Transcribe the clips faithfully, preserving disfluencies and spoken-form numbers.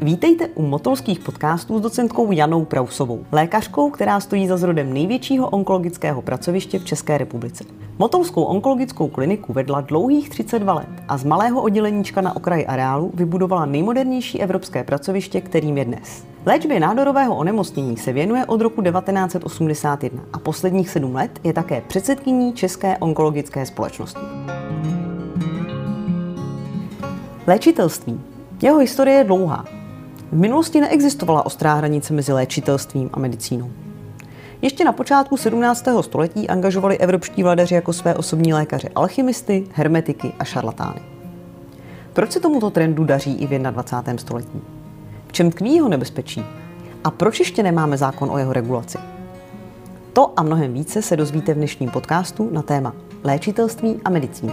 Vítejte u Motolských podcastů s docentkou Janou Prausovou, lékařkou, která stojí za zrodem největšího onkologického pracoviště v České republice. Motolskou onkologickou kliniku vedla dlouhých třicet dva let a z malého odděleníčka na okraji areálu vybudovala nejmodernější evropské pracoviště, kterým je dnes. Léčbě nádorového onemocnění se věnuje od roku devatenáct set osmdesát jedna a posledních sedm let je také předsedkyní České onkologické společnosti. Léčitelství. Jeho historie je dlouhá. V minulosti neexistovala ostrá hranice mezi léčitelstvím a medicínou. Ještě na počátku sedmnáctého století angažovali evropští vladaři jako své osobní lékaře alchymisty, hermetiky a šarlatány. Proč se tomuto trendu daří i v dvacátém prvním století? V čem tkví jeho nebezpečí? A proč ještě nemáme zákon o jeho regulaci? To a mnohem více se dozvíte v dnešním podcastu na téma léčitelství a medicína.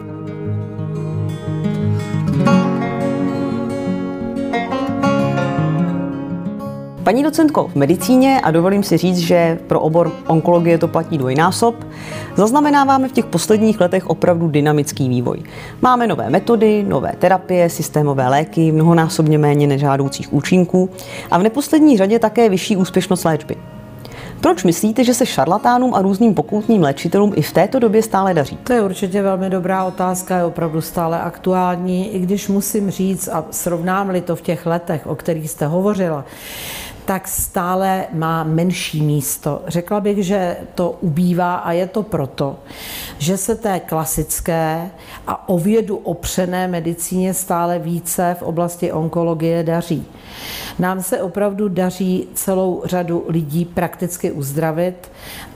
Paní docentko, v medicíně, a dovolím si říct, že pro obor onkologie to platí dvojnásob, zaznamenáváme v těch posledních letech opravdu dynamický vývoj. Máme nové metody, nové terapie, systémové léky, mnohonásobně méně nežádoucích účinků a v neposlední řadě také vyšší úspěšnost léčby. Proč myslíte, že se šarlatánům a různým pokoutním léčitelům i v této době stále daří? To je určitě velmi dobrá otázka, je opravdu stále aktuální, i když musím říct, a srovnám-li to v těch letech, o kterých jste hovořila, tak stále má menší místo. Řekla bych, že to ubývá a je to proto, že se té klasické a o vědu opřené medicíně stále více v oblasti onkologie daří. Nám se opravdu daří celou řadu lidí prakticky uzdravit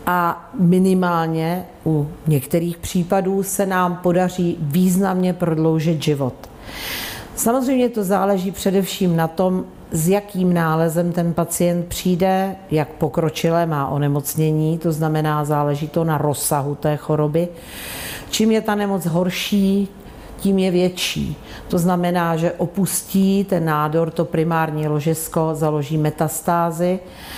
a minimálně u některých případů se nám podaří významně prodloužit život. Samozřejmě to záleží především na tom, s jakým nálezem ten pacient přijde, jak pokročilé má onemocnění, to znamená, záleží to na rozsahu té choroby. Čím je ta nemoc horší, tím je větší. To znamená, že opustí ten nádor, to primární ložisko, založí metastázy,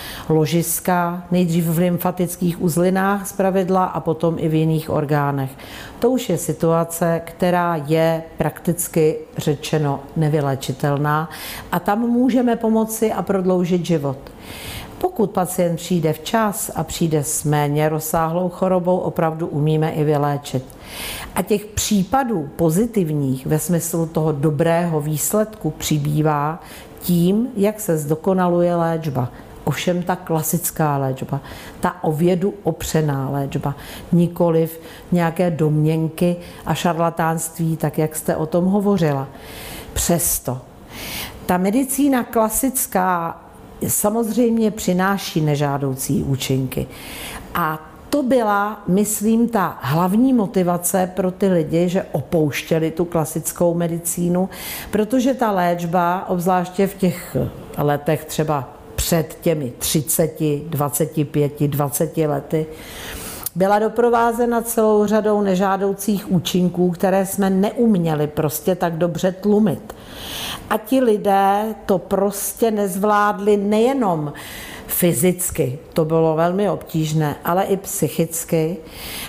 ložiska, nejdřív v lymfatických uzlinách zpravidla a potom i v jiných orgánech. To už je situace, která je prakticky řečeno nevyléčitelná a tam můžeme pomoci a prodloužit život. Pokud pacient přijde včas a přijde s méně rozsáhlou chorobou, opravdu umíme i vyléčit. A těch případů pozitivních ve smyslu toho dobrého výsledku přibývá tím, jak se zdokonaluje léčba. Ovšem ta klasická léčba, ta o vědu opřená léčba, nikoliv nějaké domněnky a šarlatánství, tak jak jste o tom hovořila. Přesto ta medicína klasická samozřejmě přináší nežádoucí účinky. A to byla, myslím, ta hlavní motivace pro ty lidi, že opouštěli tu klasickou medicínu, protože ta léčba, obzvláště v těch letech třeba před těmi třiceti, dvaceti pěti, dvaceti lety, byla doprovázena celou řadou nežádoucích účinků, které jsme neuměli prostě tak dobře tlumit. A ti lidé to prostě nezvládli nejenom fyzicky, to bylo velmi obtížné, ale i psychicky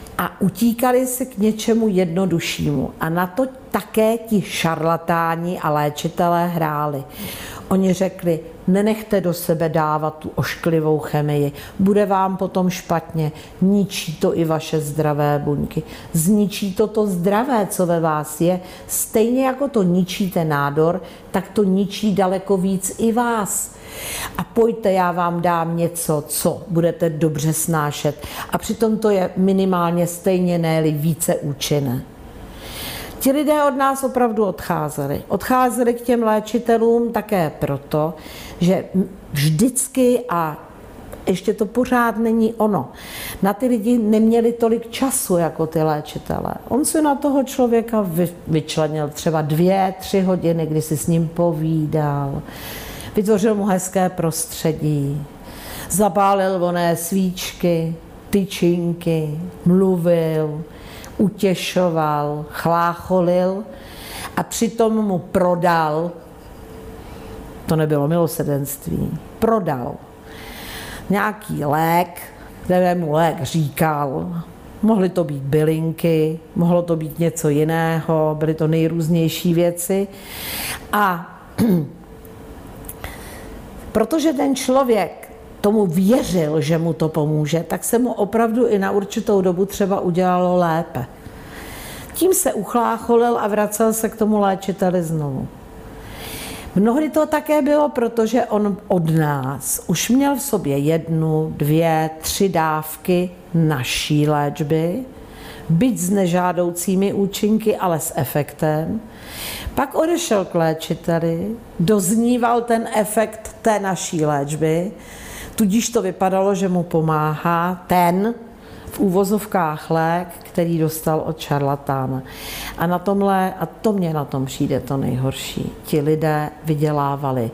a utíkali se k něčemu jednoduššímu. A na to také ti šarlatáni a léčitelé hráli. Oni řekli, nenechte do sebe dávat tu ošklivou chemii, bude vám potom špatně, ničí to i vaše zdravé buňky, zničí to to zdravé, co ve vás je, stejně jako to ničí ten nádor, tak to ničí daleko víc i vás. A pojďte, já vám dám něco, co budete dobře snášet a přitom to je minimálně stejně, ne-li více účinné. Ti lidé od nás opravdu odcházeli. Odcházeli k těm léčitelům také proto, že vždycky, a ještě to pořád není ono, na ty lidi neměli tolik času jako ty léčitelé. On si na toho člověka vy, vyčlenil třeba dvě, tři hodiny, kdy si s ním povídal, vytvořil mu hezké prostředí, zapálil oné svíčky, tyčinky, mluvil, utěšoval, chlácholil a přitom mu prodal, to nebylo milosrdenství, prodal nějaký lék, kterému lék říkal. Mohly to být bylinky, mohlo to být něco jiného, byly to nejrůznější věci. A Protože ten člověk tomu věřil, že mu to pomůže, tak se mu opravdu i na určitou dobu třeba udělalo lépe. Tím se uchlácholil a vracel se k tomu léčiteli znovu. Mnohdy to také bylo, protože on od nás už měl v sobě jednu, dvě, tři dávky naší léčby, byť s nežádoucími účinky, ale s efektem. Pak odešel k léčiteli, dozníval ten efekt té naší léčby, tudíž to vypadalo, že mu pomáhá ten v úvozovkách lék, který dostal od šarlatána. A na tomhle, a to mě na tom přijde to nejhorší, ti lidé vydělávali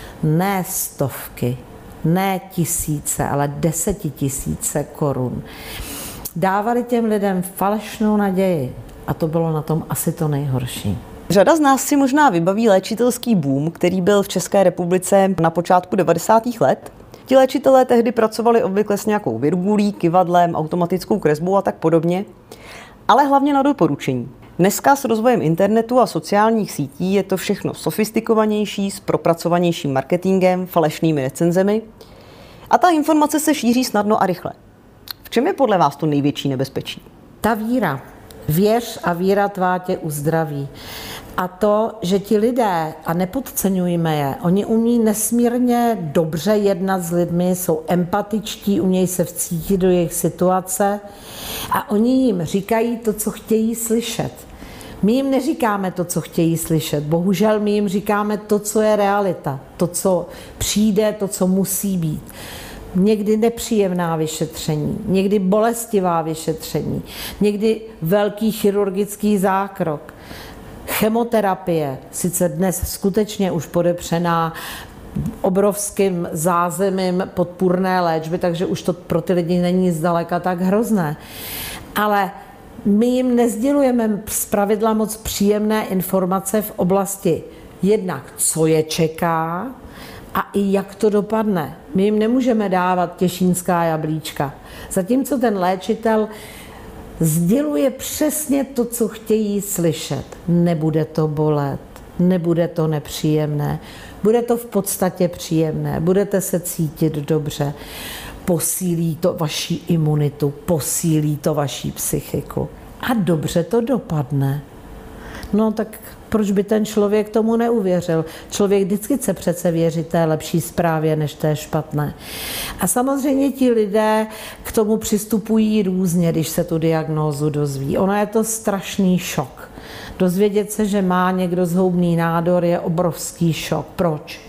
ne stovky, ne tisíce, ale desetitisíce korun. Dávali těm lidem falešnou naději a to bylo na tom asi to nejhorší. Řada z nás si možná vybaví léčitelský boom, který byl v České republice na počátku devadesátých let. Ti léčitelé tehdy pracovali obvykle s nějakou virgulí, kyvadlem, automatickou kresbou a tak podobně, ale hlavně na doporučení. Dneska s rozvojem internetu a sociálních sítí je to všechno sofistikovanější, s propracovanějším marketingem, falešnými recenzemi a ta informace se šíří snadno a rychle. V čem je podle vás to největší nebezpečí? Ta víra. Věř a víra tvá tě uzdraví. A to, že ti lidé, a nepodceňujme je, oni umí nesmírně dobře jednat s lidmi, jsou empatičtí, umějí se vcítit do jejich situace a oni jim říkají to, co chtějí slyšet. My jim neříkáme to, co chtějí slyšet. Bohužel my jim říkáme to, co je realita, to, co přijde, to, co musí být. Někdy nepříjemná vyšetření, někdy bolestivá vyšetření, někdy velký chirurgický zákrok. Chemoterapie, sice dnes skutečně už podepřená obrovským zázemím podpůrné léčby, takže už to pro ty lidi není zdaleka tak hrozné. Ale my jim nesdělujeme zpravidla moc příjemné informace v oblasti jednak, co je čeká, a i jak to dopadne. My jim nemůžeme dávat těšínská jablíčka. Zatímco ten léčitel sděluje přesně to, co chtějí slyšet. Nebude to bolet, nebude to nepříjemné, bude to v podstatě příjemné, budete se cítit dobře, posílí to vaši imunitu, posílí to vaši psychiku a dobře to dopadne. No tak proč by ten člověk tomu neuvěřil? Člověk vždycky chce přece věřit té lepší zprávě, než té špatné. A samozřejmě ti lidé k tomu přistupují různě, když se tu diagnózu dozví. Ono je to strašný šok. Dozvědět se, že má někdo zhoubný nádor, je obrovský šok. Proč?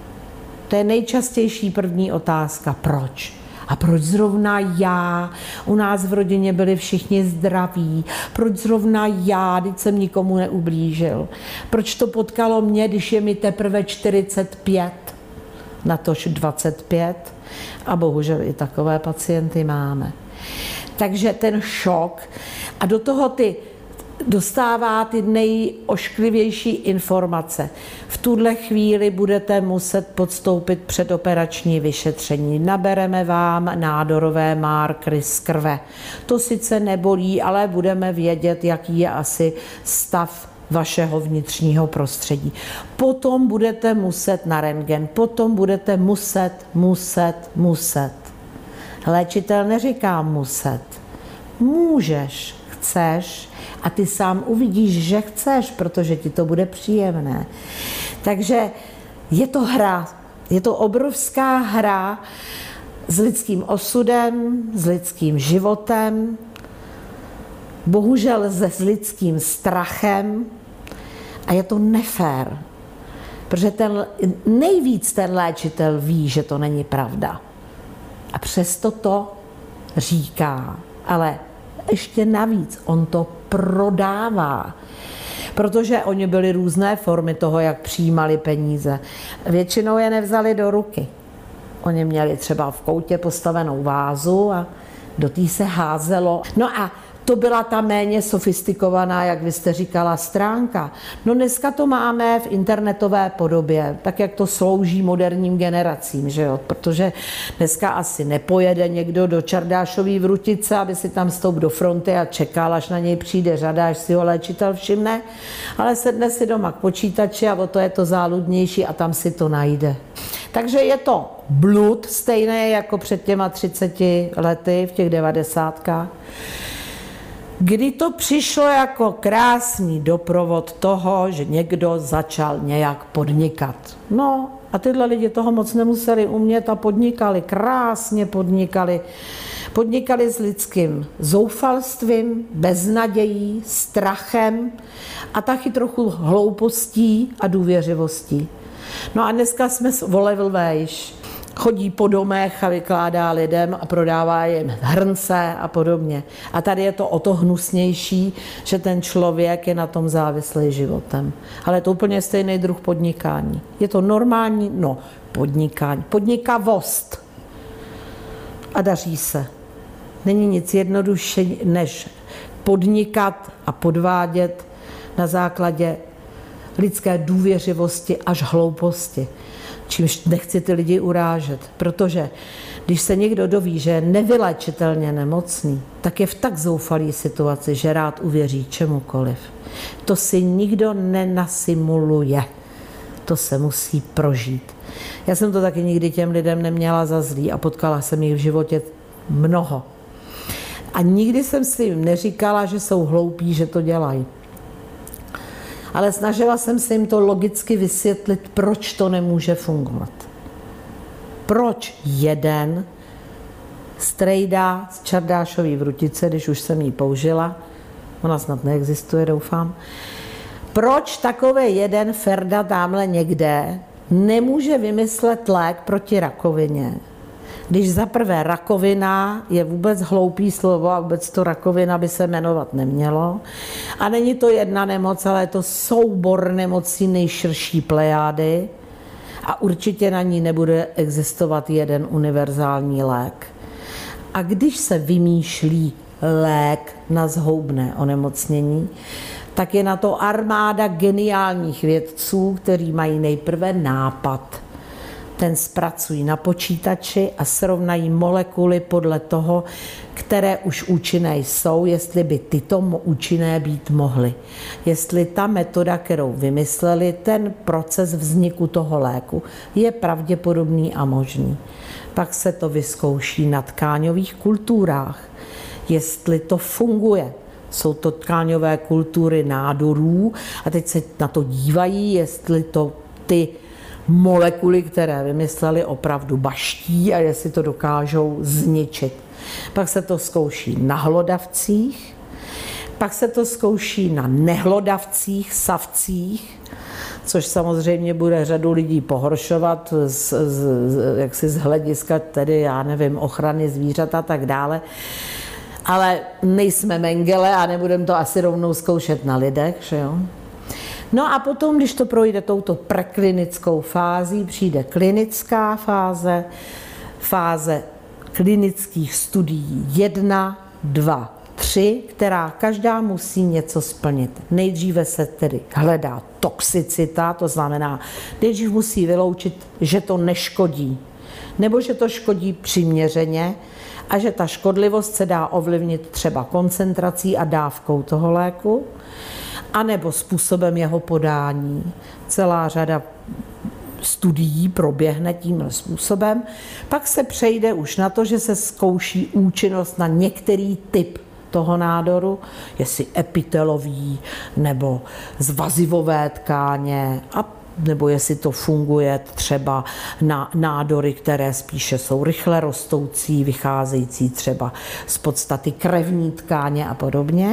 To je nejčastější první otázka. Proč? A proč zrovna já? U nás v rodině byli všichni zdraví. Proč zrovna já? Vždyť jsem nikomu neublížil. Proč to potkalo mě, když je mi teprve čtyřicet pět? Natož dvacet pět. A bohužel i takové pacienty máme. Takže ten šok a do toho ty dostává ty nejošklivější informace. V tuhle chvíli budete muset podstoupit předoperační vyšetření. Nabereme vám nádorové markery z krve. To sice nebolí, ale budeme vědět, jaký je asi stav vašeho vnitřního prostředí. Potom budete muset na rentgen, potom budete muset, muset, muset. Léčitel neříká muset. Můžeš, chceš, a ty sám uvidíš, že chceš, protože ti to bude příjemné. Takže je to hra, je to obrovská hra s lidským osudem, s lidským životem, bohužel se s lidským strachem a je to nefér, protože ten, nejvíc ten léčitel ví, že to není pravda. A přesto to říká, ale ještě navíc on to prodává, protože oni byly různé formy toho, jak přijímali peníze. Většinou je nevzali do ruky. Oni měli třeba v koutě postavenou vázu a do té se házelo. No a to byla ta méně sofistikovaná, jak vy jste říkala, stránka. No dneska to máme v internetové podobě, tak jak to slouží moderním generacím, že jo? Protože dneska asi nepojede někdo do Čardášový Vrutice, aby si tam stoup do fronty a čekal, až na něj přijde řada, až si ho léčitel všimne, ale sedne si doma k počítači a o to je to záludnější a tam si to najde. Takže je to blud stejné jako před těma třiceti lety v těch devadesátkách, kdy to přišlo jako krásný doprovod toho, že někdo začal nějak podnikat. No a tyhle lidi toho moc nemuseli umět a podnikali, krásně podnikali. Podnikali s lidským zoufalstvím, beznadějí, strachem a taky trochu hloupostí a důvěřivostí. No a dneska jsme o level vejš. Chodí po domech a vykládá lidem a prodává jim hrnce a podobně. A tady je to o to hnusnější, že ten člověk je na tom závislý životem. Ale je to úplně stejný druh podnikání. Je to normální, no, podnikání, podnikavost. A daří se. Není nic jednodušší, než podnikat a podvádět na základě lidské důvěřivosti až hlouposti. Čímž nechci ty lidi urážet, protože když se někdo doví, že je nevylečitelně nemocný, tak je v tak zoufalý situaci, že rád uvěří čemukoliv. To si nikdo nenasimuluje. To se musí prožít. Já jsem to taky nikdy těm lidem neměla za zlý a potkala jsem jich v životě mnoho. A nikdy jsem si jim neříkala, že jsou hloupí, že to dělají. Ale snažila jsem se jim to logicky vysvětlit, proč to nemůže fungovat. Proč jeden strejda z Čardášový vrutice, když už jsem ji použila, ona snad neexistuje, doufám, proč takový jeden Ferda tamhle někde nemůže vymyslet lék proti rakovině, když zaprvé rakovina je vůbec hloupý slovo a vůbec to rakovina by se jmenovat nemělo. A není to jedna nemoc, ale je to soubor nemocí nejširší plejády a určitě na ní nebude existovat jeden univerzální lék. A když se vymýšlí lék na zhoubné onemocnění, tak je na to armáda geniálních vědců, kteří mají nejprve nápad. Ten zpracují na počítači a srovnají molekuly podle toho, které už účinné jsou, jestli by tyto účinné být mohly. Jestli ta metoda, kterou vymysleli, ten proces vzniku toho léku je pravděpodobný a možný. Pak se to vyzkouší na tkáňových kulturách, jestli to funguje. Jsou to tkáňové kultury nádorů a teď se na to dívají, jestli to ty molekuly, které vymysleli, opravdu baští a jestli to dokážou zničit. Pak se to zkouší na hlodavcích, pak se to zkouší na nehlodavcích, savcích, což samozřejmě bude řadu lidí pohoršovat z, z, jaksi z hlediska tedy, já nevím, ochrany zvířat a tak dále. Ale nejsme Mengele a nebudeme to asi rovnou zkoušet na lidech, že jo? No a potom, když to projde touto preklinickou fází, přijde klinická fáze, fáze klinických studií jedna, dva, tři, která každá musí něco splnit. Nejdříve se tedy hledá toxicita, to znamená, nejdřív musí vyloučit, že to neškodí, nebo že to škodí přiměřeně a že ta škodlivost se dá ovlivnit třeba koncentrací a dávkou toho léku, anebo způsobem jeho podání. Celá řada studií proběhne tímhle způsobem. Pak se přejde už na to, že se zkouší účinnost na některý typ toho nádoru, jestli epitelový nebo zvazivové tkáně, a nebo jestli to funguje třeba na nádory, které spíše jsou rychle rostoucí, vycházející třeba z podstaty krevní tkáně a podobně.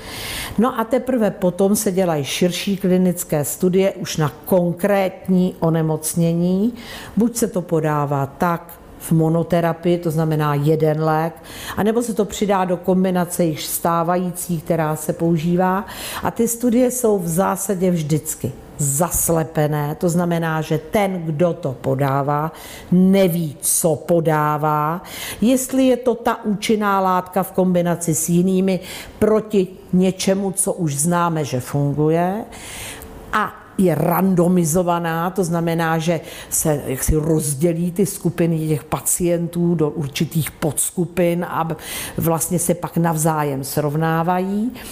No a teprve potom se dělají širší klinické studie už na konkrétní onemocnění. Buď se to podává tak v monoterapii, to znamená jeden lék, anebo se to přidá do kombinace již stávající, která se používá. A ty studie jsou v zásadě vždycky zaslepené, to znamená, že ten, kdo to podává, neví, co podává, jestli je to ta účinná látka v kombinaci s jinými proti něčemu, co už známe, že funguje, a je randomizovaná, to znamená, že se jaksi rozdělí ty skupiny těch pacientů do určitých podskupin a vlastně se pak navzájem srovnávají.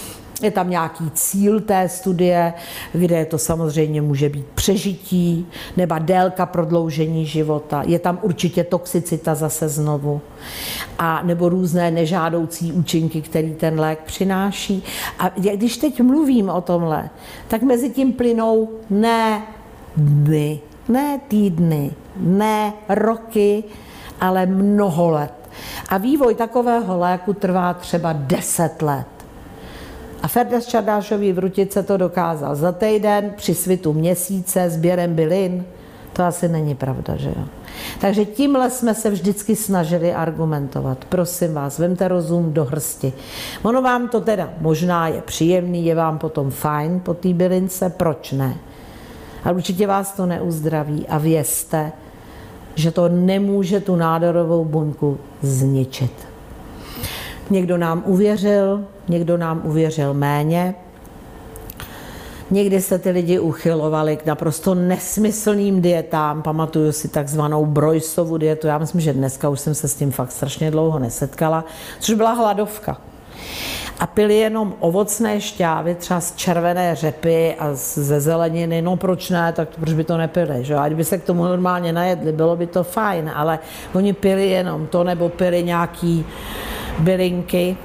Je tam nějaký cíl té studie, kde to samozřejmě může být přežití nebo délka prodloužení života. Je tam určitě toxicita zase znovu. A nebo různé nežádoucí účinky, který ten lék přináší. A když teď mluvím o tomhle, tak mezi tím plynou ne dny, ne týdny, ne roky, ale mnoho let. A vývoj takového léku trvá třeba deset let. A Ferdas Čardášový Vrutice to dokázal za týden při svitu měsíce sběrem bylin. To asi není pravda, že jo? Takže tímhle jsme se vždycky snažili argumentovat. Prosím vás, vemte rozum do hrsti. Ono vám to teda možná je příjemný, je vám potom fajn po té bylince, proč ne? Ale určitě vás to neuzdraví a vězte, že to nemůže tu nádorovou buňku zničit. Někdo nám uvěřil, někdo nám uvěřil méně. Někdy se ty lidi uchylovali k naprosto nesmyslným dietám. Pamatuju si takzvanou Broysovu dietu. Já myslím, že dneska už jsem se s tím fakt strašně dlouho nesetkala, což byla hladovka. A pili jenom ovocné šťávy, třeba z červené řepy a ze zeleniny. No proč ne, tak proč by to nepili, že? A kdyby se k tomu normálně najedli, bylo by to fajn, ale oni pili jenom to, nebo pili nějaký bylinky.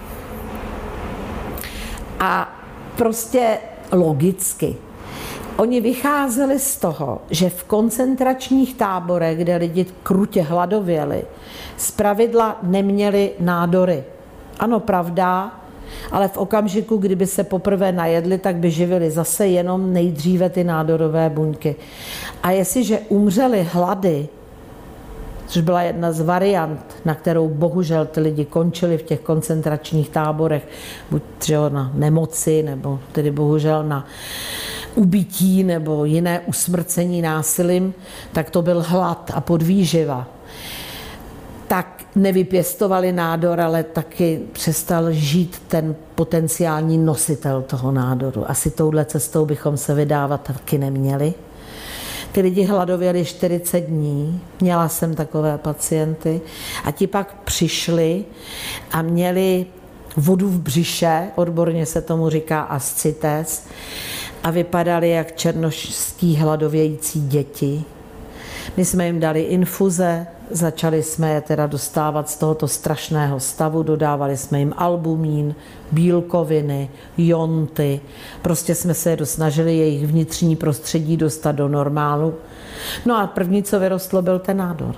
A prostě logicky. Oni vycházeli z toho, že v koncentračních táborech, kde lidi krutě hladověli, zpravidla neměli nádory. Ano, pravda, ale v okamžiku, kdyby se poprvé najedli, tak by živili zase jenom nejdříve ty nádorové buňky. A jestliže umřeli hlady, což byla jedna z variant, na kterou bohužel ty lidi končili v těch koncentračních táborech, buď třeba na nemoci, nebo tedy bohužel na ubití, nebo jiné usmrcení násilím, tak to byl hlad a podvýživa. Tak nevypěstovali nádor, ale taky přestal žít ten potenciální nositel toho nádoru. Asi touhle cestou bychom se vydávat taky neměli. Ty lidi hladověli čtyřicet dní, měla jsem takové pacienty, a ti pak přišli a měli vodu v břiše, odborně se tomu říká ascites, a vypadali jak černošský hladovějící děti. My jsme jim dali infuze, začali jsme je teda dostávat z tohoto strašného stavu, dodávali jsme jim albumín, bílkoviny, jonty, prostě jsme se je snažili jejich vnitřní prostředí dostat do normálu. No a první, co vyrostlo, byl ten nádor.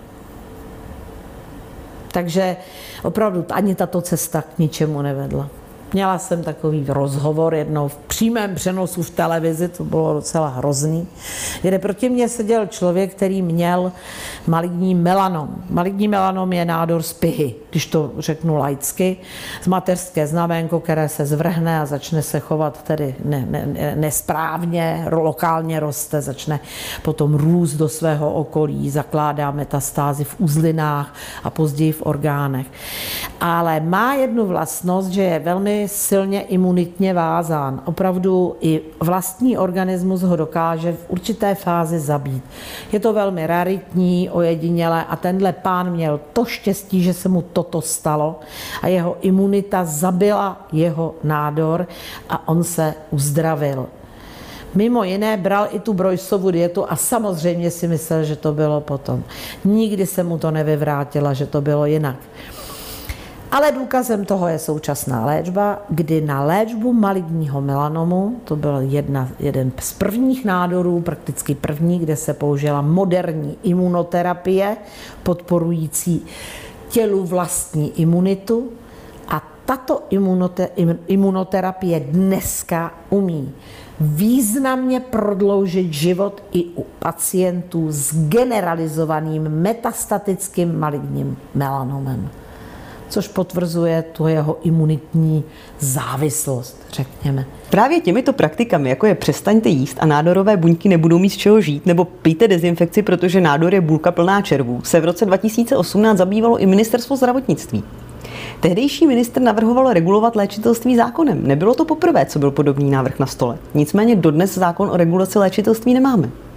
Takže opravdu ani tato cesta k ničemu nevedla. Měla jsem takový rozhovor jednou v přímém přenosu v televizi, to bylo docela hrozný, kde proti mně seděl člověk, který měl maligní melanom. Maligní melanom je nádor z pihy, když to řeknu laicky, z mateřské znaménko, které se zvrhne a začne se chovat tedy ne, ne, nesprávně, lokálně roste, začne potom růst do svého okolí, zakládá metastázy v uzlinách a později v orgánech. Ale má jednu vlastnost, že je velmi silně imunitně vázán. Opravdu i vlastní organismus ho dokáže v určité fázi zabít. Je to velmi raritní, ojedinělé a tenhle pán měl to štěstí, že se mu toto stalo a jeho imunita zabila jeho nádor a on se uzdravil. Mimo jiné bral i tu Broysovu dietu a samozřejmě si myslel, že to bylo potom. Nikdy se mu to nevyvrátila, že to bylo jinak. Ale důkazem toho je současná léčba, kdy na léčbu maligního melanomu, to byl jedna, jeden z prvních nádorů, prakticky první, kde se použila moderní imunoterapie, podporující tělu vlastní imunitu. A tato imunote, imunoterapie dneska umí významně prodloužit život i u pacientů s generalizovaným metastatickým maligním melanomem, což potvrzuje tu jeho imunitní závislost, řekněme. Právě těmito praktikami, jako je přestaňte jíst a nádorové buňky nebudou mít z čeho žít, nebo pijte dezinfekci, protože nádor je bulka plná červů, se v roce dva tisíce osmnáct zabývalo i ministerstvo zdravotnictví. Tehdejší ministr navrhoval regulovat léčitelství zákonem. Nebylo to poprvé, co byl podobný návrh na stole. Nicméně dodnes zákon o regulaci léčitelství nemáme.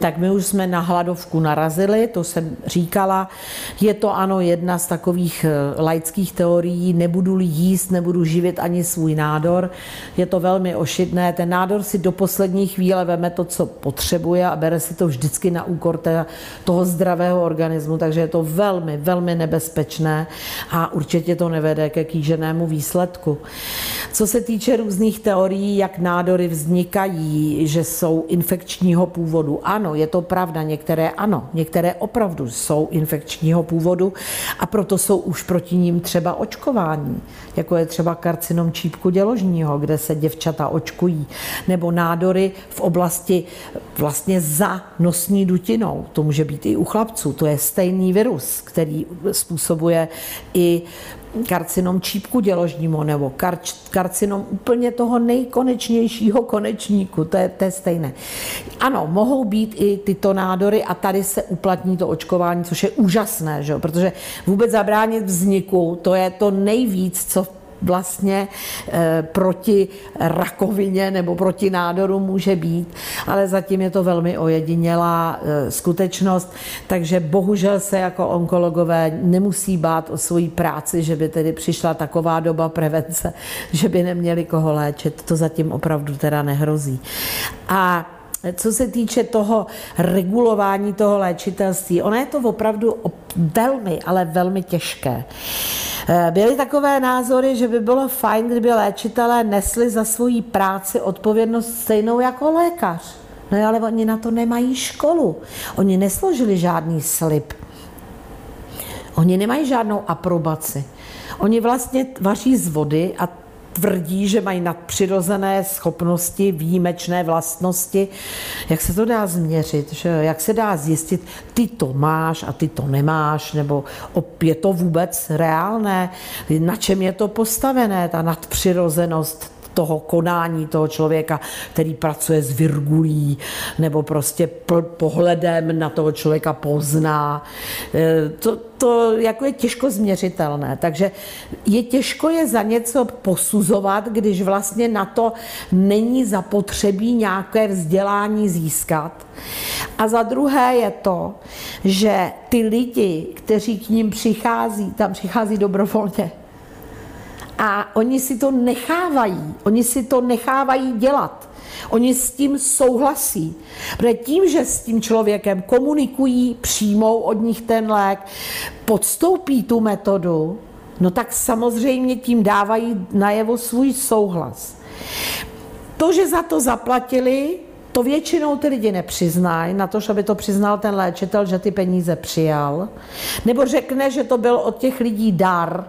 tak my už jsme na hladovku narazili, to jsem říkala. Je to ano jedna z takových laických teorií, nebudu-li jíst, nebudu živit ani svůj nádor. Je to velmi ošidné, ten nádor si do poslední chvíle veme to, co potřebuje a bere si to vždycky na úkor toho zdravého organismu, takže je to velmi, velmi nebezpečné a určitě to nevede ke kýženému výsledku. Co se týče různých teorií, jak nádory vznikají, že jsou infekčního původu, ano, je to pravda, některé ano, některé opravdu jsou infekčního původu a proto jsou už proti ním třeba očkování, jako je třeba karcinom čípku děložního, kde se děvčata očkují, nebo nádory v oblasti vlastně za nosní dutinou, to může být i u chlapců, to je stejný virus, který způsobuje i karcinom čípku děložního nebo kar, karcinom úplně toho nejkonečnějšího konečníku, to je, to je stejné. Ano, mohou být i tyto nádory a tady se uplatní to očkování, což je úžasné, že? Protože vůbec zabránit vzniku, to je to nejvíc, co vlastně e, proti rakovině nebo proti nádoru může být, ale zatím je to velmi ojedinělá e, skutečnost, takže bohužel se jako onkologové nemusí bát o svoji práci, že by tedy přišla taková doba prevence, že by neměli koho léčit, to zatím opravdu teda nehrozí. A co se týče toho regulování toho léčitelství, ono je to opravdu velmi, ale velmi těžké. Byly takové názory, že by bylo fajn, kdyby léčitelé nesli za svoji práci odpovědnost stejnou jako lékař. No ale oni na to nemají školu. Oni nesložili žádný slib. Oni nemají žádnou aprobaci. Oni vlastně vaří z vody a tvrdí, že mají nadpřirozené schopnosti, výjimečné vlastnosti. Jak se to dá změřit? Že? Jak se dá zjistit, ty to máš a ty to nemáš? Nebo je to vůbec reálné? Na čem je to postavené, ta nadpřirozenost toho konání toho člověka, který pracuje s virgulí, nebo prostě pohledem na toho člověka pozná. To, to jako je těžko změřitelné, takže je těžko je za něco posuzovat, když vlastně na to není zapotřebí nějaké vzdělání získat. A za druhé je to, že ty lidi, kteří k ním přichází, tam přichází dobrovolně, a oni si to nechávají, oni si to nechávají dělat. Oni s tím souhlasí. Protože tím, že s tím člověkem komunikují, přijmou od nich ten lék, podstoupí tu metodu, no tak samozřejmě tím dávají najevo svůj souhlas. To, že za to zaplatili, to většinou ty lidi nepřiznají, na to, aby to přiznal ten léčitel, že ty peníze přijal, nebo řekne, že to byl od těch lidí dar,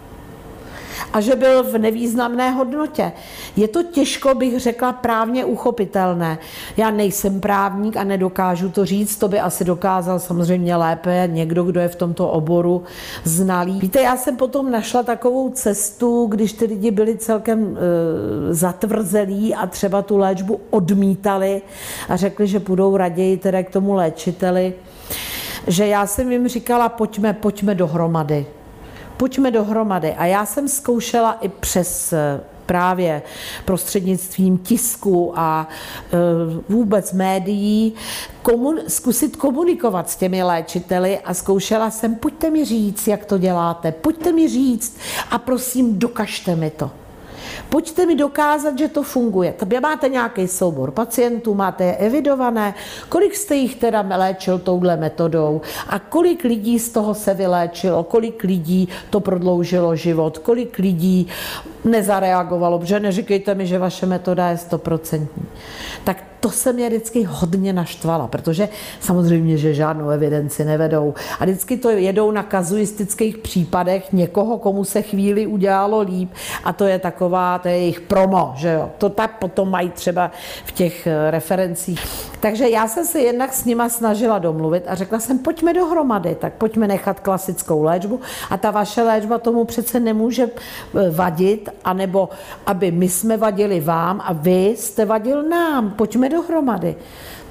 a že byl v nevýznamné hodnotě. Je to těžko, bych řekla, právně uchopitelné. Já nejsem právník a nedokážu to říct, to by asi dokázal samozřejmě lépe někdo, kdo je v tomto oboru znalý. Víte, já jsem potom našla takovou cestu, když ty lidi byli celkem e, zatvrzelí a třeba tu léčbu odmítali a řekli, že půjdou raději teda k tomu léčiteli, že já jsem jim říkala, pojďme, pojďme dohromady. Pojďme dohromady. A já jsem zkoušela i přes právě prostřednictvím tisku a e, vůbec médií komun, zkusit komunikovat s těmi léčiteli a zkoušela jsem, pojďte mi říct, jak to děláte, pojďte mi říct a prosím, dokažte mi to. Pojďte mi dokázat, že to funguje. Tady máte nějaký soubor pacientů, máte je evidované, kolik jste jich teda léčil touhle metodou a kolik lidí z toho se vyléčilo, kolik lidí to prodloužilo život, kolik lidí nezareagovalo, protože neříkejte mi, že vaše metoda je stoprocentní. Tak to se mě vždycky hodně naštvala, protože samozřejmě, že žádnou evidenci nevedou. A vždycky to jedou na kazuistických případech někoho, komu se chvíli udělalo líp a to je taková, to je jejich promo, že jo. To tak potom mají třeba v těch referencích. Takže já jsem se jednak s nima snažila domluvit a řekla jsem, pojďme dohromady, tak pojďme nechat klasickou léčbu a ta vaše léčba tomu přece nemůže vadit, anebo aby my jsme vadili vám a vy jste vadil nám, pojďme dohromady.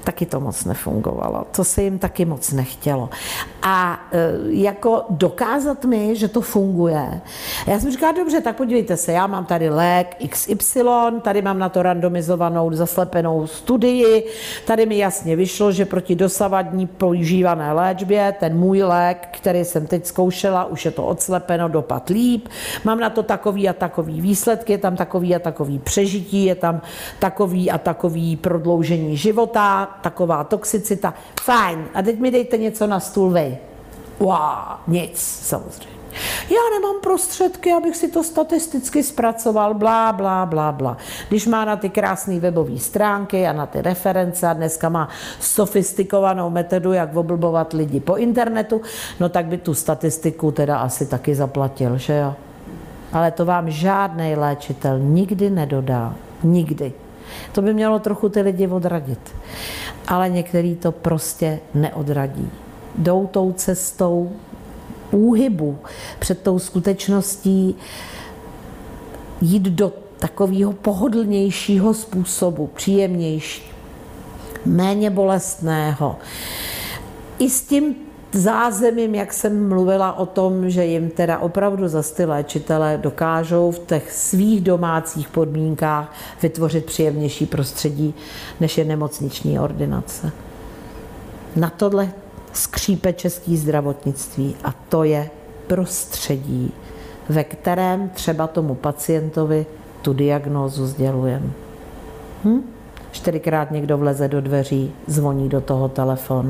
taky to moc nefungovalo. To se jim taky moc nechtělo. A e, jako dokázat mi, že to funguje. Já jsem říkala, dobře, tak podívejte se, já mám tady lék X Y, tady mám na to randomizovanou zaslepenou studii, tady mi jasně vyšlo, že proti dosavadní používané léčbě ten můj lék, který jsem teď zkoušela, už je to odslepeno, dopad líp, mám na to takový a takový výsledky, je tam takový a takový přežití, je tam takový a takový prodloužení života, taková toxicita. Fajn. A teď mi dejte něco na stůl vy. Wow, nic, samozřejmě. Já nemám prostředky, abych si to statisticky zpracoval, blá, blá, blá, blá. Když má na ty krásné webové stránky a na ty reference a dneska má sofistikovanou metodu, jak oblbovat lidi po internetu, no tak by tu statistiku teda asi taky zaplatil, že jo? Ale to vám žádný léčitel nikdy nedodá. Nikdy. To by mělo trochu ty lidi odradit. Ale některý to prostě neodradí. Jdou tou cestou úhybu před tou skutečností jít do takového pohodlnějšího způsobu, příjemnější, méně bolestného. I s tím zázemím, jak jsem mluvila o tom, že jim teda opravdu zas ty léčitelé dokážou v těch svých domácích podmínkách vytvořit příjemnější prostředí, než je nemocniční ordinace. Na tohle skřípe české zdravotnictví a to je prostředí, ve kterém třeba tomu pacientovi tu diagnózu sdělujeme. Hm? Čtyřikrát někdo vleze do dveří, zvoní do toho telefon.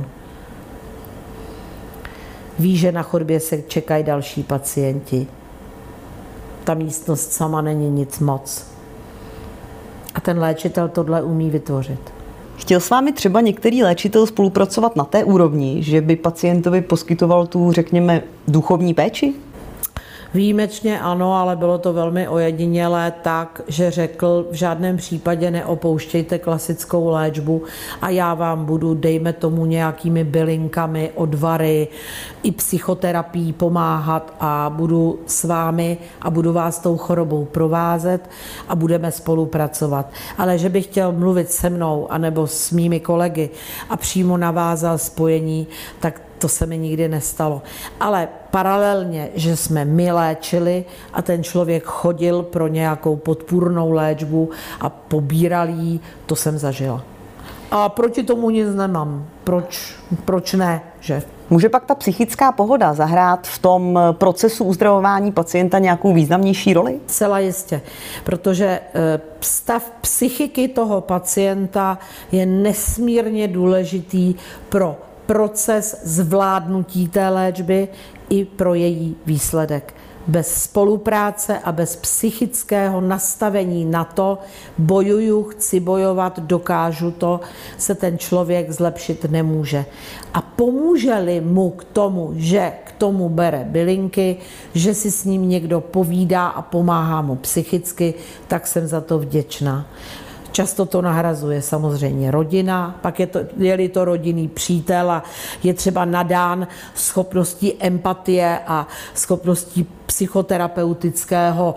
Ví, že na chodbě se čekají další pacienti. Ta místnost sama není nic moc. A ten léčitel tohle umí vytvořit. Chtěl s vámi třeba některý léčitel spolupracovat na té úrovni, že by pacientovi poskytoval tu, řekněme, duchovní péči? Výjimečně ano, ale bylo to velmi ojedinělé tak, že řekl, v žádném případě neopouštějte klasickou léčbu a já vám budu, dejme tomu, nějakými bylinkami, odvary i psychoterapií pomáhat a budu s vámi a budu vás tou chorobou provázet a budeme spolupracovat. Ale že bych chtěl mluvit se mnou anebo s mými kolegy a přímo navázal spojení, tak to se mi nikdy nestalo. Ale paralelně, že jsme my léčili a ten člověk chodil pro nějakou podpůrnou léčbu a pobíral jí, to jsem zažila. A proti tomu nic nemám. Proč, proč ne, že? Může pak ta psychická pohoda zahrát v tom procesu uzdravování pacienta nějakou významnější roli? Celá jistě, protože stav psychiky toho pacienta je nesmírně důležitý pro proces zvládnutí té léčby i pro její výsledek. Bez spolupráce a bez psychického nastavení na to, bojuju, chci bojovat, dokážu to, se ten člověk zlepšit nemůže. A pomůže-li mu k tomu, že k tomu bere bylinky, že si s ním někdo povídá a pomáhá mu psychicky, tak jsem za to vděčná. Často to nahrazuje samozřejmě rodina, pak je to, je-li to rodinný přítel a je třeba nadán schopností empatie a schopností psychoterapeutického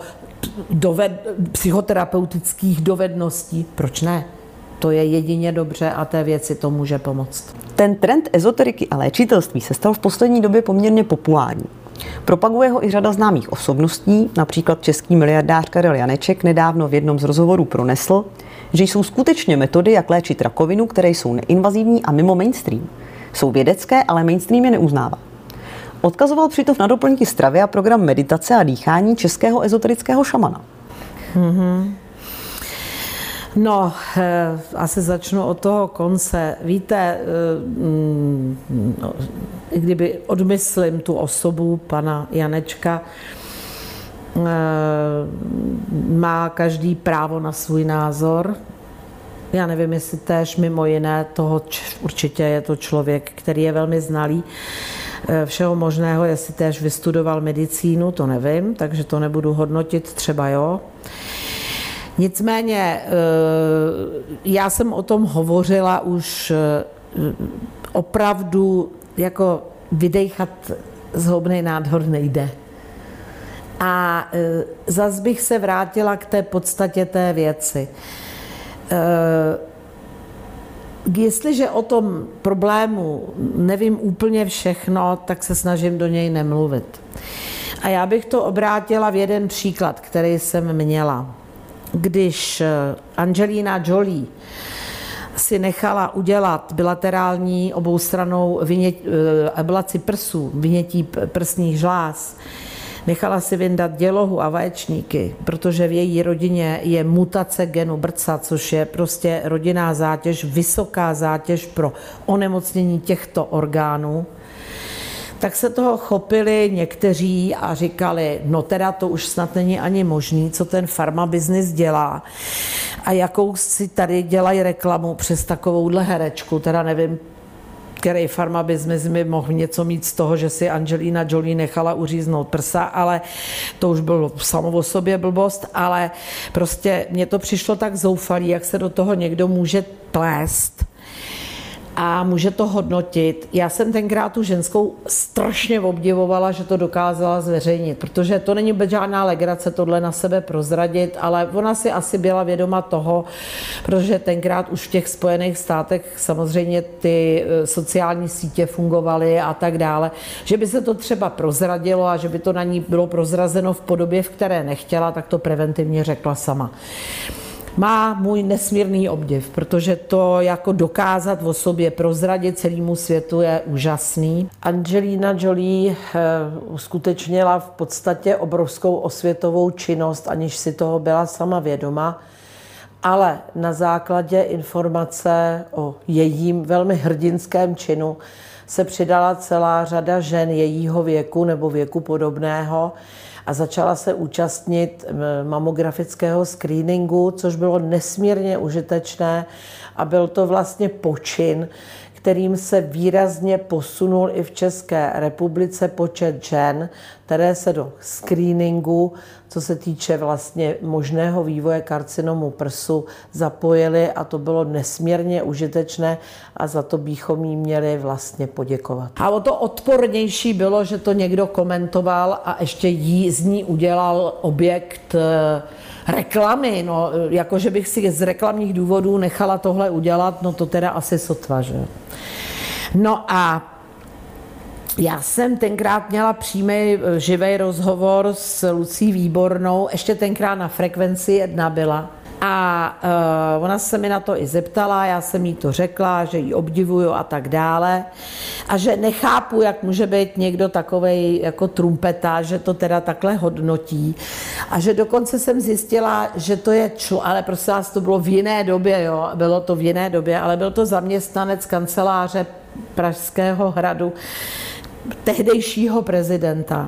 doved, psychoterapeutických dovedností. Proč ne? To je jedině dobře a té věci to může pomoct. Ten trend ezoteriky a léčitelství se stal v poslední době poměrně populární. Propaguje ho i řada známých osobností, například český miliardář Karel Janeček nedávno v jednom z rozhovorů pronesl, že jsou skutečně metody, jak léčit rakovinu, které jsou neinvazivní a mimo mainstream. Jsou vědecké, ale mainstream je neuznává. Odkazoval přitom na doplňky stravy a program meditace a dýchání českého ezoterického šamana. Mm-hmm. No, eh, asi začnu od toho konce. Víte, eh, no, kdyby odmyslím tu osobu pana Janečka, eh, má každý právo na svůj názor. Já nevím, jestli též mimo jiné toho, určitě je to člověk, který je velmi znalý eh, všeho možného, jestli též vystudoval medicínu, to nevím, takže to nebudu hodnotit, třeba jo. Nicméně já jsem o tom hovořila už opravdu, jako vydejchat zhoubný nádor nejde. A zas bych se vrátila k té podstatě té věci. Jestliže o tom problému nevím úplně všechno, tak se snažím do něj nemluvit. A já bych to obrátila v jeden příklad, který jsem měla. Když Angelina Jolie si nechala udělat bilaterální oboustrannou vyně, ablaci prsů, vynětí prsních žláz, nechala si vyndat dělohu a vaječníky, protože v její rodině je mutace genu brca, což je prostě rodinná zátěž, vysoká zátěž pro onemocnění těchto orgánů, tak se toho chopili někteří a říkali, no teda to už snad není ani možný, co ten farmabiznis dělá a jakou si tady dělají reklamu přes takovouhle herečku, teda nevím, který farmabiznis mi mohl něco mít z toho, že si Angelina Jolie nechala uříznout prsa, ale to už bylo samo o sobě blbost, ale prostě mně to přišlo tak zoufalý, jak se do toho někdo může plést a může to hodnotit. Já jsem tenkrát tu ženskou strašně obdivovala, že to dokázala zveřejnit, protože to není vůbec žádná legrace tohle na sebe prozradit, ale ona si asi byla vědoma toho, protože tenkrát už v těch Spojených státech samozřejmě ty sociální sítě fungovaly a tak dále, že by se to třeba prozradilo a že by to na ní bylo prozrazeno v podobě, v které nechtěla, tak to preventivně řekla sama. Má můj nesmírný obdiv, protože to jako dokázat o sobě prozradit celému světu je úžasný. Angelina Jolie uskutečnila v podstatě obrovskou osvětovou činnost, aniž si toho byla sama vědoma, ale na základě informace o jejím velmi hrdinském činu se přidala celá řada žen jejího věku nebo věku podobného, a začala se účastnit mamografického screeningu, což bylo nesmírně užitečné a byl to vlastně počin, kterým se výrazně posunul i v České republice počet žen, které se do screeningu, co se týče vlastně možného vývoje karcinomu prsu, zapojily a to bylo nesmírně užitečné a za to bychom jí měli vlastně poděkovat. A o to odpornější bylo, že to někdo komentoval a ještě jí z ní udělal objekt reklamy, no, jakože bych si z reklamních důvodů nechala tohle udělat, no to teda asi sotva, že? No a já jsem tenkrát měla přímý živý rozhovor s Lucí Výbornou, ještě tenkrát na Frekvenci jedna byla. A uh, ona se mi na to i zeptala, já jsem jí to řekla, že ji obdivuju a tak dále. A že nechápu, jak může být někdo takovej jako trumpeta, že to teda takhle hodnotí. A že dokonce jsem zjistila, že to je člo, ale prosím vás, to bylo v jiné době, jo, bylo to v jiné době, ale byl to zaměstnanec kanceláře Pražského hradu, tehdejšího prezidenta.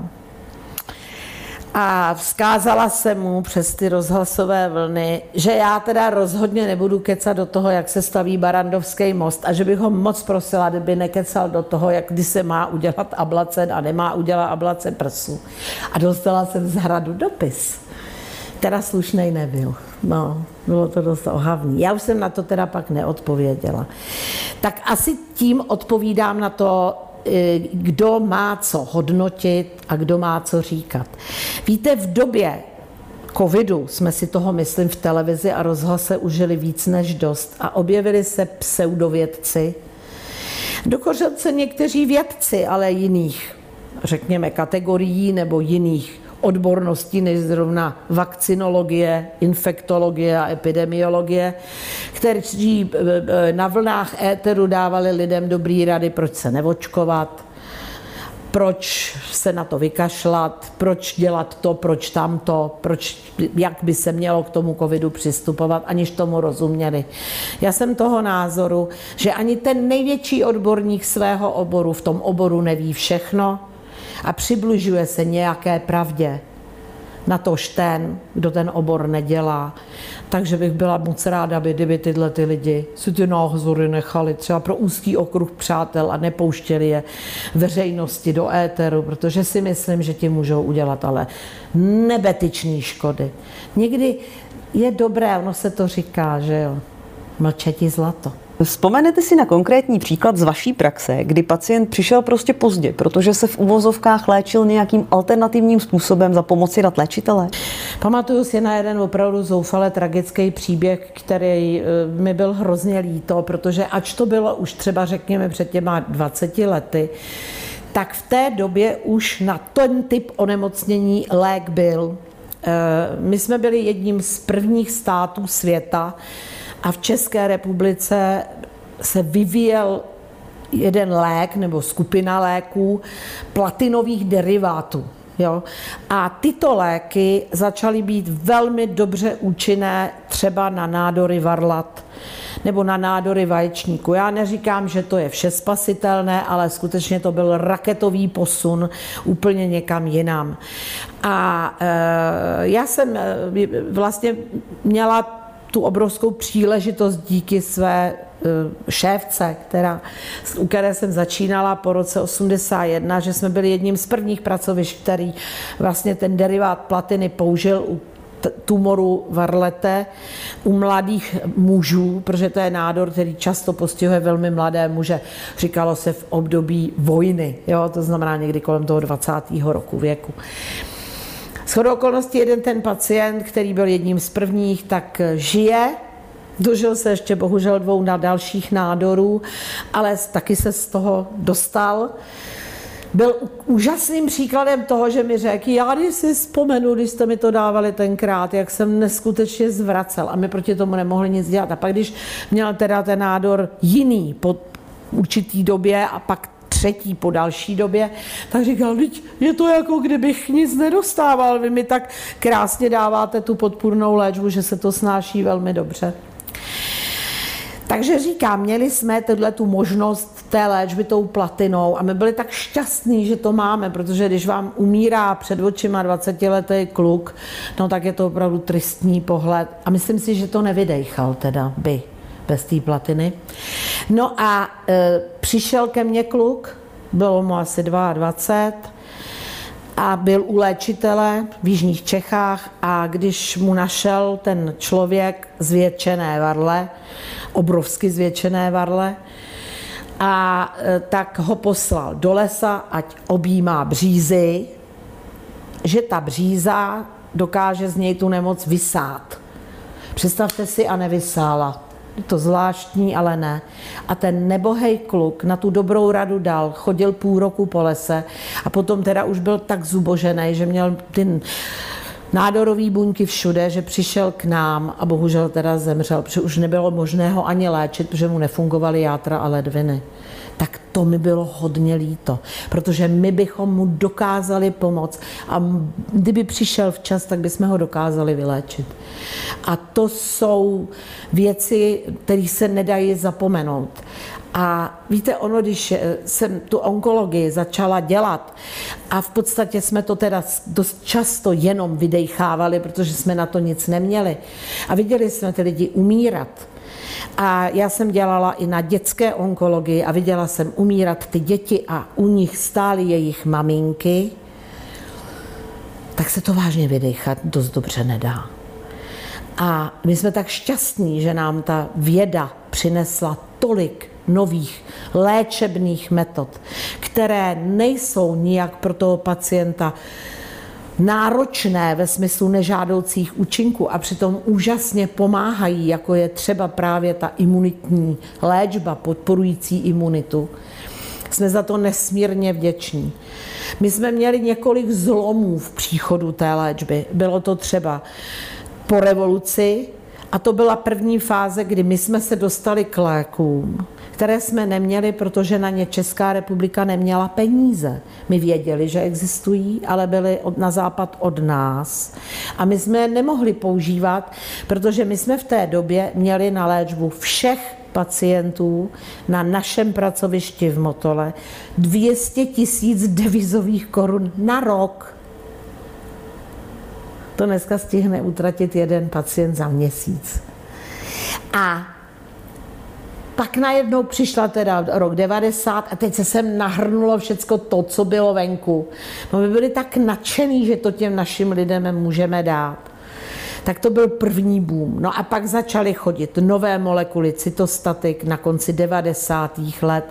A vzkázala jsem mu přes ty rozhlasové vlny, že já teda rozhodně nebudu kecat do toho, jak se staví Barrandovský most a že bych ho moc prosila, kdyby nekecal do toho, jak kdy se má udělat ablace a nemá udělat ablace prsu. A dostala jsem z Hradu dopis. Teda slušnej nebyl. No, bylo to dost ohavný. Já už jsem na to teda pak neodpověděla. Tak asi tím odpovídám na to, kdo má co hodnotit a kdo má co říkat. Víte, v době covidu jsme si toho, myslím, v televizi a rozhlase užili víc než dost a objevili se pseudovědci, dokonce někteří vědci, ale jiných, řekněme, kategorií nebo jiných odborností než zrovna vakcinologie, infektologie a epidemiologie, kteří na vlnách éteru dávali lidem dobrý rady, proč se neočkovat, proč se na to vykašlat, proč dělat to, proč tamto, proč, jak by se mělo k tomu covidu přistupovat, aniž tomu rozuměli. Já jsem toho názoru, že ani ten největší odborník svého oboru v tom oboru neví všechno, a přibližuje se nějaké pravdě, natož ten, kdo ten obor nedělá. Takže bych byla moc ráda, kdyby tyhle ty lidi si ty názory nechali třeba pro úzký okruh přátel a nepouštěli je veřejnosti do éteru, protože si myslím, že ti můžou udělat ale nebetyčný škody. Někdy je dobré, ono se to říká, že jo, mlčeti zlato. Vzpomenete si na konkrétní příklad z vaší praxe, kdy pacient přišel prostě pozdě, protože se v uvozovkách léčil nějakým alternativním způsobem za pomoci dat léčitele? Pamatuju si na jeden opravdu zoufale tragický příběh, který mi byl hrozně líto, protože ač to bylo už třeba řekněme před těma dvaceti lety, tak v té době už na ten typ onemocnění lék byl. My jsme byli jedním z prvních států světa a v České republice se vyvíjel jeden lék nebo skupina léků platinových derivátů. Jo? A tyto léky začaly být velmi dobře účinné třeba na nádory varlat nebo na nádory vaječníku. Já neříkám, že to je všespasitelné, ale skutečně to byl raketový posun úplně někam jinam. A e, já jsem vlastně měla tu obrovskou příležitost díky své šéfce, která, u které jsem začínala po roce osmdesát jedna, že jsme byli jedním z prvních pracovišť, který vlastně ten derivát platiny použil u tumoru varlete u mladých mužů, protože to je nádor, který často postihuje velmi mladé muže. Říkalo se v období vojny, jo? To znamená někdy kolem toho dvacátého roku věku. Shodou okolností jeden ten pacient, který byl jedním z prvních, tak žije. Dožil se ještě bohužel dvou na dalších nádorů, ale taky se z toho dostal. Byl úžasným příkladem toho, že mi řekl, já když si vzpomenu, když jste mi to dávali tenkrát, jak jsem neskutečně zvracel a my proti tomu nemohli nic dělat. A pak když měl teda ten nádor jiný po určitý době a pak třetí po další době, tak říkal, je to jako kdybych nic nedostával, vy mi tak krásně dáváte tu podpůrnou léčbu, že se to snáší velmi dobře. Takže říkám, měli jsme tu možnost té léčby tou platinou a my byli tak šťastní, že to máme, protože když vám umírá před očima dvacetiletý kluk, no tak je to opravdu tristní pohled a myslím si, že to nevydejchal teda by bez té platiny. No a e, přišel ke mně kluk, bylo mu asi dvacet dva a byl u léčitele v jižních Čechách a když mu našel ten člověk zvětšené varle, obrovsky zvětšené varle, a e, tak ho poslal do lesa, ať objímá břízy, že ta bříza dokáže z něj tu nemoc vysát. Představte si, a nevysála. Je to zvláštní, ale ne. A ten nebohej kluk na tu dobrou radu dal, chodil půl roku po lese a potom teda už byl tak zubožený, že měl ty nádorový buňky všude, že přišel k nám a bohužel teda zemřel, protože už nebylo možné ho ani léčit, protože mu nefungovaly játra a ledviny. Tak to mi bylo hodně líto, protože my bychom mu dokázali pomoct a kdyby přišel včas, tak bychom ho dokázali vyléčit. A to jsou věci, které se nedají zapomenout. A víte, ono, když jsem tu onkologii začala dělat a v podstatě jsme to teda dost často jenom vydejchávali, protože jsme na to nic neměli a viděli jsme ty lidi umírat. A já jsem dělala i na dětské onkologii a viděla jsem umírat ty děti a u nich stály jejich maminky, tak se to vážně vydechat dost dobře nedá. A my jsme tak šťastní, že nám ta věda přinesla tolik nových léčebných metod, které nejsou nijak pro toho pacienta náročné ve smyslu nežádoucích účinků a přitom úžasně pomáhají, jako je třeba právě ta imunitní léčba podporující imunitu. Jsme za to nesmírně vděční. My jsme měli několik zlomů v příchodu té léčby. Bylo to třeba po revoluci a to byla první fáze, kdy my jsme se dostali k lékům, které jsme neměli, protože na ně Česká republika neměla peníze. My věděli, že existují, ale byly od, na západ od nás. A my jsme je nemohli používat, protože my jsme v té době měli na léčbu všech pacientů na našem pracovišti v Motole dvě stě tisíc devizových korun na rok. To dneska stihne utratit jeden pacient za měsíc. A pak najednou přišla teda rok devadesát a teď se sem nahrnulo všecko to, co bylo venku. No my byli tak nadšený, že to těm našim lidem můžeme dát. Tak to byl první boom. No a pak začaly chodit nové molekuly cytostatik na konci devadesátých let.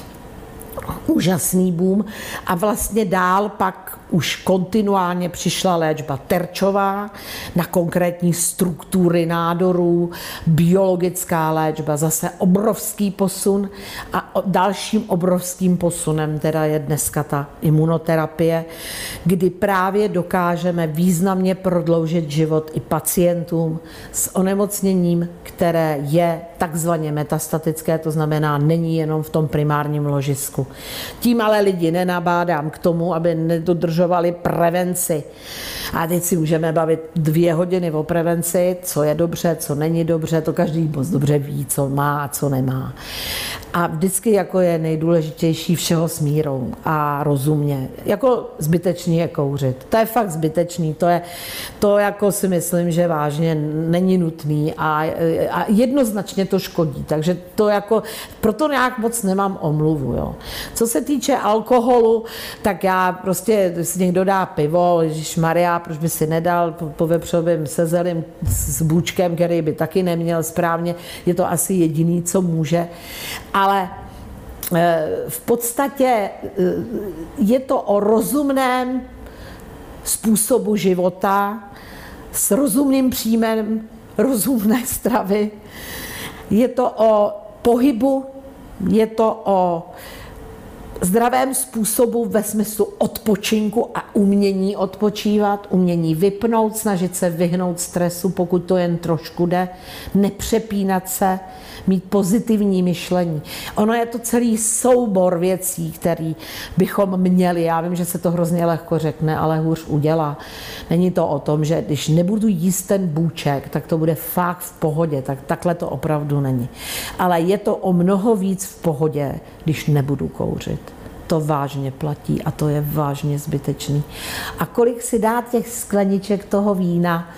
Úžasný boom. A vlastně dál pak už kontinuálně přišla léčba terčová na konkrétní struktury nádorů, biologická léčba, zase obrovský posun a dalším obrovským posunem teda je dneska ta imunoterapie, kdy právě dokážeme významně prodloužit život i pacientům s onemocněním, které je takzvaně metastatické, to znamená není jenom v tom primárním ložisku. Tím ale lidi nenabádám k tomu, aby nedodržovali prevenci. A teď si můžeme bavit dvě hodiny o prevenci, co je dobře, co není dobře, to každý moc dobře ví, co má a co nemá. A vždycky jako je nejdůležitější všeho s mírou a rozumně. Jako zbytečný je kouřit. To je fakt zbytečný, to je, to jako si myslím, že vážně není nutný a, a jednoznačně to škodí. Takže to jako, proto nějak moc nemám omluvu, jo. Co se týče alkoholu, tak já prostě, když si někdo dá pivo, ježišmarja, proč by si nedal po, po vepřovém sezelím s bůčkem, který by taky neměl správně, je to asi jediný, co může. Ale v podstatě je to o rozumném způsobu života s rozumným příjmem rozumné stravy. Je to o pohybu, je to o zdravém způsobu ve smyslu odpočinku a umění odpočívat, umění vypnout, snažit se vyhnout stresu, pokud to jen trošku jde, nepřepínat se, mít pozitivní myšlení. Ono je to celý soubor věcí, který bychom měli. Já vím, že se to hrozně lehko řekne, ale hůř udělá. Není to o tom, že když nebudu jíst ten bůček, tak to bude fakt v pohodě. Tak, takhle to opravdu není. Ale je to o mnoho víc v pohodě, když nebudu kouřit. To vážně platí a to je vážně zbytečný. A kolik si dát těch skleniček toho vína,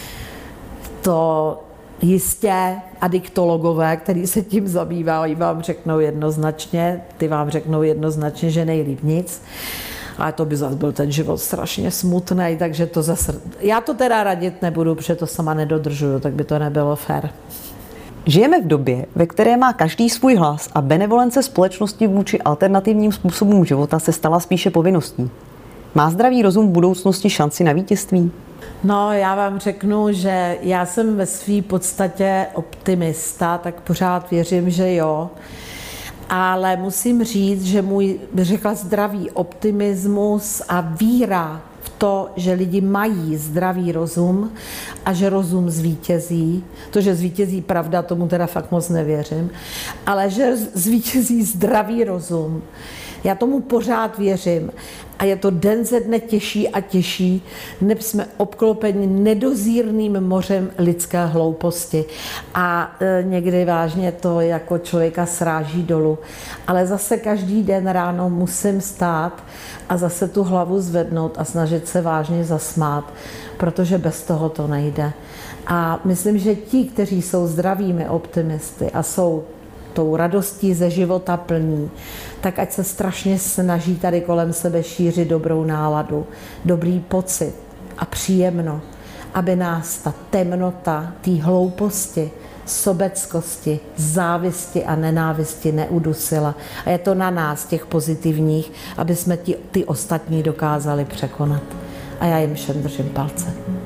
to jistě adiktologové, kteří se tím zabývají, vám řeknou jednoznačně, ty vám řeknou jednoznačně, že nejlíp nic. Ale to by zase byl ten život strašně smutný, takže to zase... Já to teda radit nebudu, protože to sama nedodržuju, tak by to nebylo fér. Žijeme v době, ve které má každý svůj hlas a benevolence společnosti vůči alternativním způsobům života se stala spíše povinností. Má zdravý rozum v budoucnosti šanci na vítězství? No, já vám řeknu, že já jsem ve své podstatě optimista, tak pořád věřím, že jo. Ale musím říct, že můj, bych řekla, zdravý optimismus a víra v to, že lidi mají zdravý rozum a že rozum zvítězí, to, že zvítězí pravda, tomu teda fakt moc nevěřím, ale že zvítězí zdravý rozum, já tomu pořád věřím a je to den ze dne těžší a těžší, neb jsme obklopeni nedozírným mořem lidské hlouposti a e, někdy vážně to jako člověka sráží dolů. Ale zase každý den ráno musím stát a zase tu hlavu zvednout a snažit se vážně zasmát, protože bez toho to nejde. A myslím, že ti, kteří jsou zdravými optimisty a jsou tou radostí ze života plní, tak ať se strašně snaží tady kolem sebe šířit dobrou náladu, dobrý pocit a příjemno, aby nás ta temnota, té hlouposti, sobeckosti, závisti a nenávisti neudusila. A je to na nás, těch pozitivních, aby jsme ti, ty ostatní dokázali překonat. A já jim všem držím palce.